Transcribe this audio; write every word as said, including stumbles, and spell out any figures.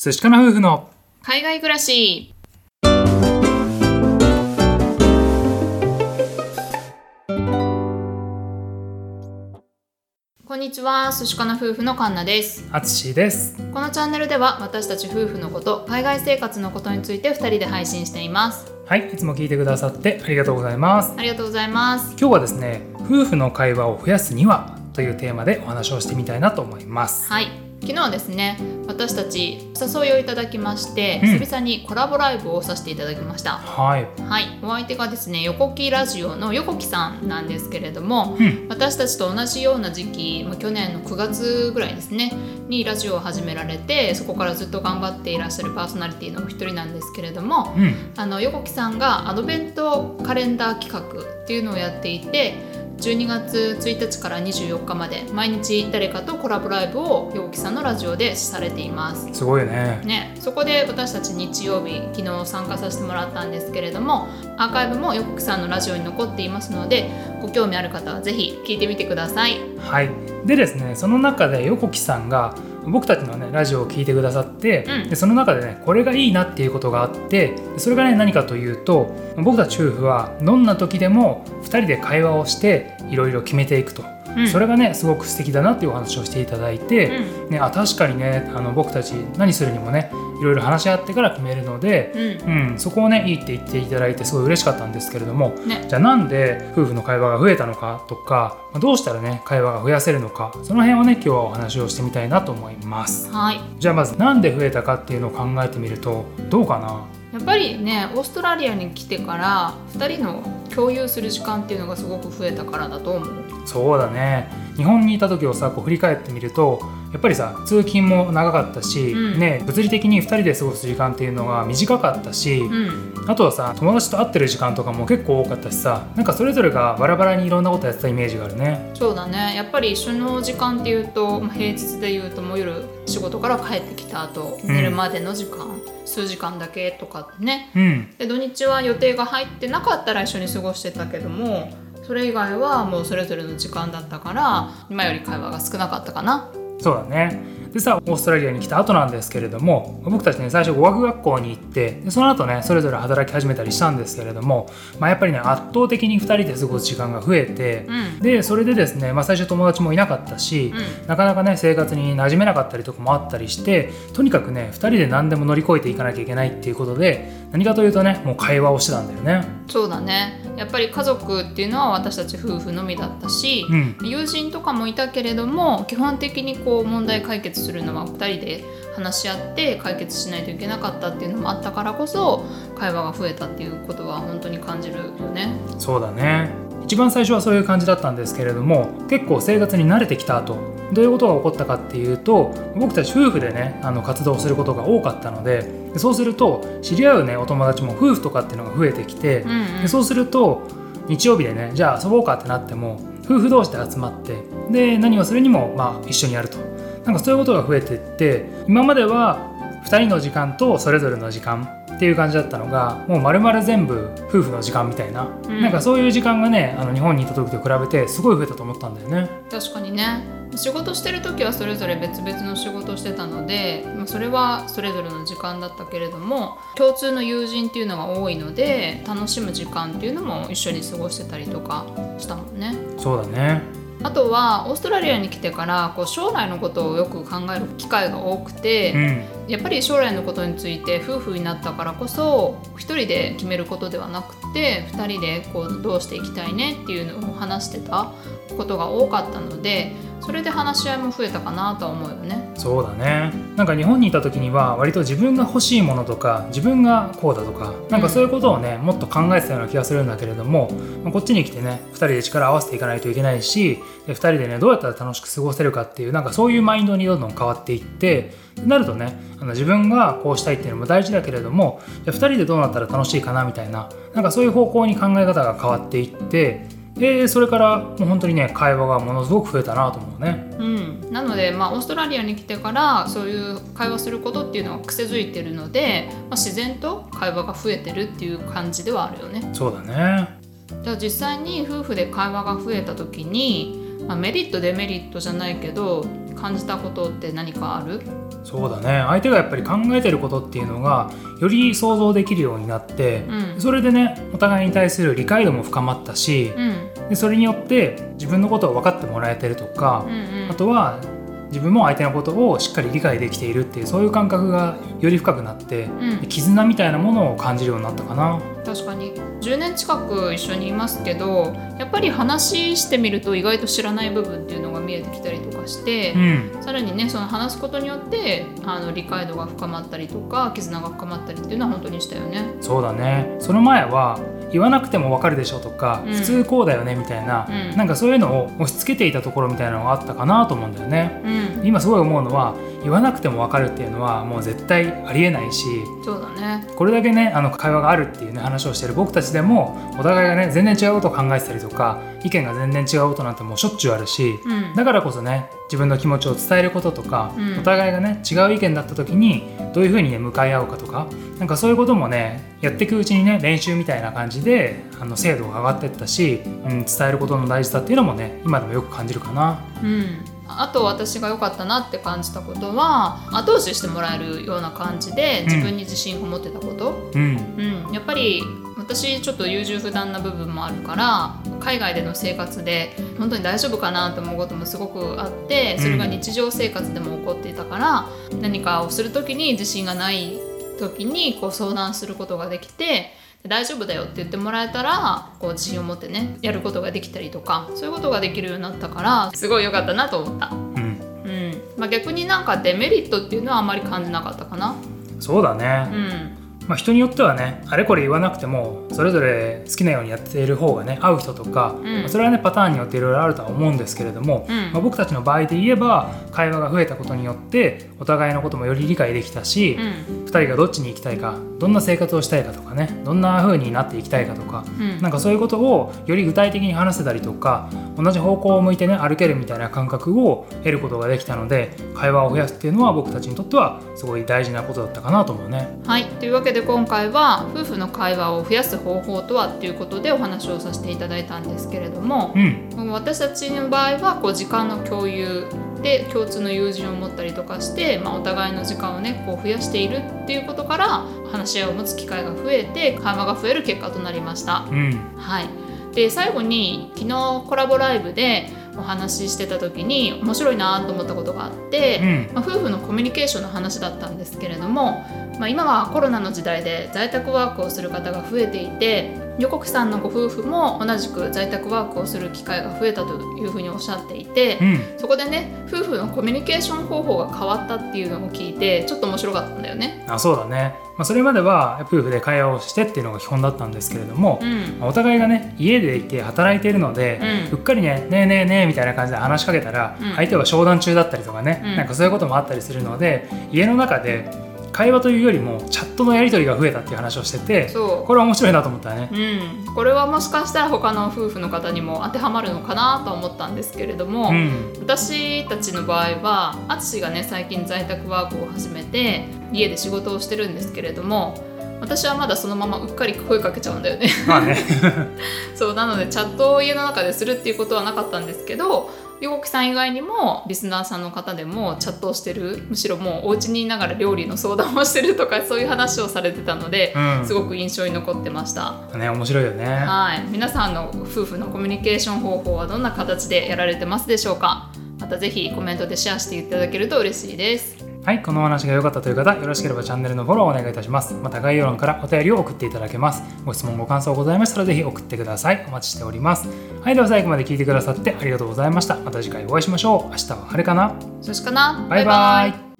寿司かな夫婦の海外暮らし。こんにちは、寿司かな夫婦のカンナです。 あつしです。 このチャンネルでは私たち夫婦のこと、海外生活のことについてふたりで配信しています。 はい、いつも聞いてくださってありがとうございます。 ありがとうございます。 今日はですね、夫婦の会話を増やすにはというテーマでお話をしてみたいなと思います。 はい、昨日はですね、私たちお誘いをいただきまして、 うん、 久々にコラボライブをさせていただきました。 はい、 はい、お相手がですね、横木ラジオの横木さんなんですけれども、 うん、 私たちと同じような時期、去年のくがつぐらいですねにラジオを始められて、そこからずっと頑張っていらっしゃるパーソナリティのお一人なんですけれども、 うん、 あの横木さんがアドベントカレンダー企画っていうのをやっていて、じゅうにがつついたちからにじゅうよっかまで毎日誰かとコラボライブを横木さんのラジオでされています。 すごいよね。 ね、そこで私たち日曜日昨日参加させてもらったんですけれども、アーカイブも横木さんのラジオに残っていますので、ご興味ある方はぜひ聞いてみてください。 はい。でですね、その中で横木さんが僕たちのねラジオを聞いてくださって、うん、でその中でねこれがいいなっていうことがあって、それがね何かというと、僕たち夫婦はどんな時でもふたりで会話をしていろいろ決めていくと、うん、それがねすごく素敵だなっていうお話をしていただいて、うんね、あ確かにねあの僕たち何するにもねいろいろ話し合ってから決めるので、うんうん、そこをねいいって言っていただいてすごい嬉しかったんですけれども、ね、じゃあなんで夫婦の会話が増えたのかとか、どうしたらね会話が増やせるのか、その辺をね今日はお話をしてみたいなと思います。 はい。 じゃあまずなんで増えたかっていうのを考えてみるとどうかな。 やっぱりねオーストラリアに来てからふたりの共有する時間っていうのがすごく増えたからだと思う。 そうだね。日本にいた時をさこう振り返ってみると、やっぱりさ通勤も長かったし、うんね、物理的にふたりで過ごす時間っていうのが短かったし、うん、あとはさ友達と会ってる時間とかも結構多かったしさ、なんかそれぞれがバラバラにいろんなことやってたイメージがあるね。 そうだね。やっぱり一緒の時間っていうと、平日でいうともう夜仕事から帰ってきた後、寝るまでの時間、うん、数時間だけとかね、うん、で土日は予定が入ってなかったら一緒に過ごしてたけども、それ以外はもうそれぞれの時間だったから今より会話が少なかったかな。 そうだね。でさオーストラリアに来た後なんですけれども、僕たちね最初語学学校に行って、でその後ねそれぞれ働き始めたりしたんですけれども、まあ、やっぱりね圧倒的にふたりで過ごす時間が増えて、うん、でそれでですね、まあ、最初友達もいなかったし、うん、なかなかね生活に馴染めなかったりとかもあったりして、とにかくねふたりで何でも乗り越えていかなきゃいけないっていうことで、何かというとねもう会話をしてたんだよね。 そうだね。やっぱり家族っていうのは私たち夫婦のみだったし、うん、友人とかもいたけれども、基本的にこう問題解決するのはふたりで話し合って解決しないといけなかったっていうのもあったからこそ、会話が増えたっていうことは本当に感じるよね。 そうだね。一番最初はそういう感じだったんですけれども、結構生活に慣れてきた後どういうことが起こったかっていうと、僕たち夫婦でねあの活動することが多かったので、そうすると知り合うねお友達も夫婦とかっていうのが増えてきて、うんうん、でそうすると日曜日でねじゃあ遊ぼうかってなっても夫婦同士で集まって、で何をするにもまあ一緒にやると、なんかそういうことが増えていって、今まではふたりの時間とそれぞれの時間っていう感じだったのが、もう丸々全部夫婦の時間みたいな、うん、なんかそういう時間がねあの日本にいた時と比べてすごい増えたと思ったんだよね。 確かにね。仕事してる時はそれぞれ別々の仕事をしてたので、それはそれぞれの時間だったけれども、共通の友人っていうのが多いので楽しむ時間っていうのも一緒に過ごしてたりとかしたもんね。 そうだね。 あとはオーストラリアに来てからこう将来のことをよく考える機会が多くて、うん、やっぱり将来のことについて夫婦になったからこそ一人で決めることではなくて、ふたりでこうどうしていきたいねっていうのを話してたことが多かったので、それで話し合いも増えたかなとは思うよね。 そうだね。なんか日本にいた時には割と自分が欲しいものとか自分がこうだとか、なんかそういうことをね、うん、もっと考えてたような気がするんだけれども、こっちに来てねふたりで力を合わせていかないといけないし、でふたりでねどうやったら楽しく過ごせるかっていう、なんかそういうマインドにどんどん変わっていって、なるとねあの自分がこうしたいっていうのも大事だけれども、じゃあふたりでどうなったら楽しいかなみたいな、なんかそういう方向に考え方が変わっていって、でそれからもう本当にね会話がものすごく増えたなと思うね。 うん、なので、まあ、オーストラリアに来てからそういう会話することっていうのは癖づいてるので、まあ、自然と会話が増えてるっていう感じではあるよね。 そうだね。 じゃあ実際に夫婦で会話が増えた時に、まあ、メリットデメリットじゃないけど感じたことって何かある？ そうだね、相手がやっぱり考えてることっていうのがより想像できるようになって、うん、それでねお互いに対する理解度も深まったし、うん、でそれによって自分のことを分かってもらえてるとか、うんうん、あとは自分も相手のことをしっかり理解できているっていうそういう感覚がより深くなって、うん、絆みたいなものを感じるようになったかな。 確かにじゅうねん近く一緒にいますけど、やっぱり話してみると意外と知らない部分っていうのが見えてきたりとかして、うん、さらにねその話すことによってあの理解度が深まったりとか絆が深まったりっていうのは本当にしたよね。 そうだね。その前は言わなくても分かるでしょとか、うん、普通こうだよねみたいな、うん、なんかそういうのを押し付けていたところみたいなのがあったかなと思うんだよね、うん、今すごい思うのは言わなくても分かるっていうのはもう絶対ありえないし、 そうだね、 これだけねあの会話があるっていうね話をしてる僕たちでもお互いがね全然違うことを考えてたりとか意見が全然違うことなんてもうしょっちゅうあるし、うん、だからこそね自分の気持ちを伝えることとか、うん、お互いがね違う意見だった時にどういうふうにね向かい合うかとか、なんかそういうこともねやっていくうちにね練習みたいな感じであの精度が上がっていったし、うん、伝えることの大事さっていうのもね今でもよく感じるかな。 うん、あと私が良かったなって感じたことは後押ししてもらえるような感じで自分に自信を持ってたこと、うんうん、やっぱり私ちょっと優柔不断な部分もあるから海外での生活で本当に大丈夫かなと思うこともすごくあって、それが日常生活でも起こっていたから、うん、何かをする時に自信がない時にこう相談することができて大丈夫だよって言ってもらえたらこう自信を持ってねやることができたりとかそういうことができるようになったからすごい良かったなと思った、うんうんまあ、逆になんかデメリットっていうのはあんまり感じなかったかな。 そうだね、うんまあ、人によってはねあれこれ言わなくてもそれぞれ好きなようにやっている方がね合う人とか、うんまあ、それはねパターンによっていろいろあるとは思うんですけれども、うんまあ、僕たちの場合で言えば会話が増えたことによってお互いのこともより理解できたし、うん、ふたりがどっちに行きたいかどんな生活をしたいかとかねどんな風になっていきたいかとか、うん、なんかそういうことをより具体的に話せたりとか同じ方向を向いてね歩けるみたいな感覚を得ることができたので会話を増やすっていうのは僕たちにとってはすごい大事なことだったかなと思うね。 はいというわけで今回は夫婦の会話を増やす方法とはっていうことでお話をさせていただいたんですけれども、うん、私たちの場合はこう時間の共有で共通の友人を持ったりとかして、まあ、お互いの時間をねこう増やしているっていうことから話し合いを持つ機会が増えて会話が増える結果となりました、うんはい、で最後に昨日コラボライブでお話ししてた時に面白いなと思ったことがあって、うんまあ、夫婦のコミュニケーションの話だったんですけれども、まあ、今はコロナの時代で在宅ワークをする方が増えていて横木さんのご夫婦も同じく在宅ワークをする機会が増えたというふうにおっしゃっていて、うん、そこでね夫婦のコミュニケーション方法が変わったっていうのを聞いてちょっと面白かったんだよね。 あ、そうだね、まあ、それまでは夫婦で会話をしてっていうのが基本だったんですけれども、うんまあ、お互いがね家でいて働いているので、うん、うっかりねねえねえねえみたいな感じで話しかけたら、うん、相手は商談中だったりとかね、うん、なんかそういうこともあったりするので家の中で会話というよりもチャットのやり取りが増えたっていう話をしてて、そうこれは面白いなと思ったね、 うん、これはもしかしたら他の夫婦の方にも当てはまるのかなと思ったんですけれども、うん、私たちの場合は淳がね最近在宅ワークを始めて家で仕事をしてるんですけれども私はまだそのままうっかり声かけちゃうんだよねまあねそうなのでチャットを家の中でするっていうことはなかったんですけど横木さん以外にもリスナーさんの方でもチャットをしてるむしろもうお家にいながら料理の相談をしてるとかそういう話をされてたので、うん、すごく印象に残ってましたね。面白いよね。 はい、皆さんの夫婦のコミュニケーション方法はどんな形でやられてますでしょうか。またぜひコメントでシェアしていただけると嬉しいです。 はい、このお話が良かったという方よろしければチャンネルのフォローをお願いいたします。また概要欄からお便りを送っていただけます。ご質問ご感想ございましたらぜひ送ってください。お待ちしております。はい、では最後まで聞いてくださってありがとうございました。また次回お会いしましょう。明日は晴れかな？ そしかな。 バイバイ。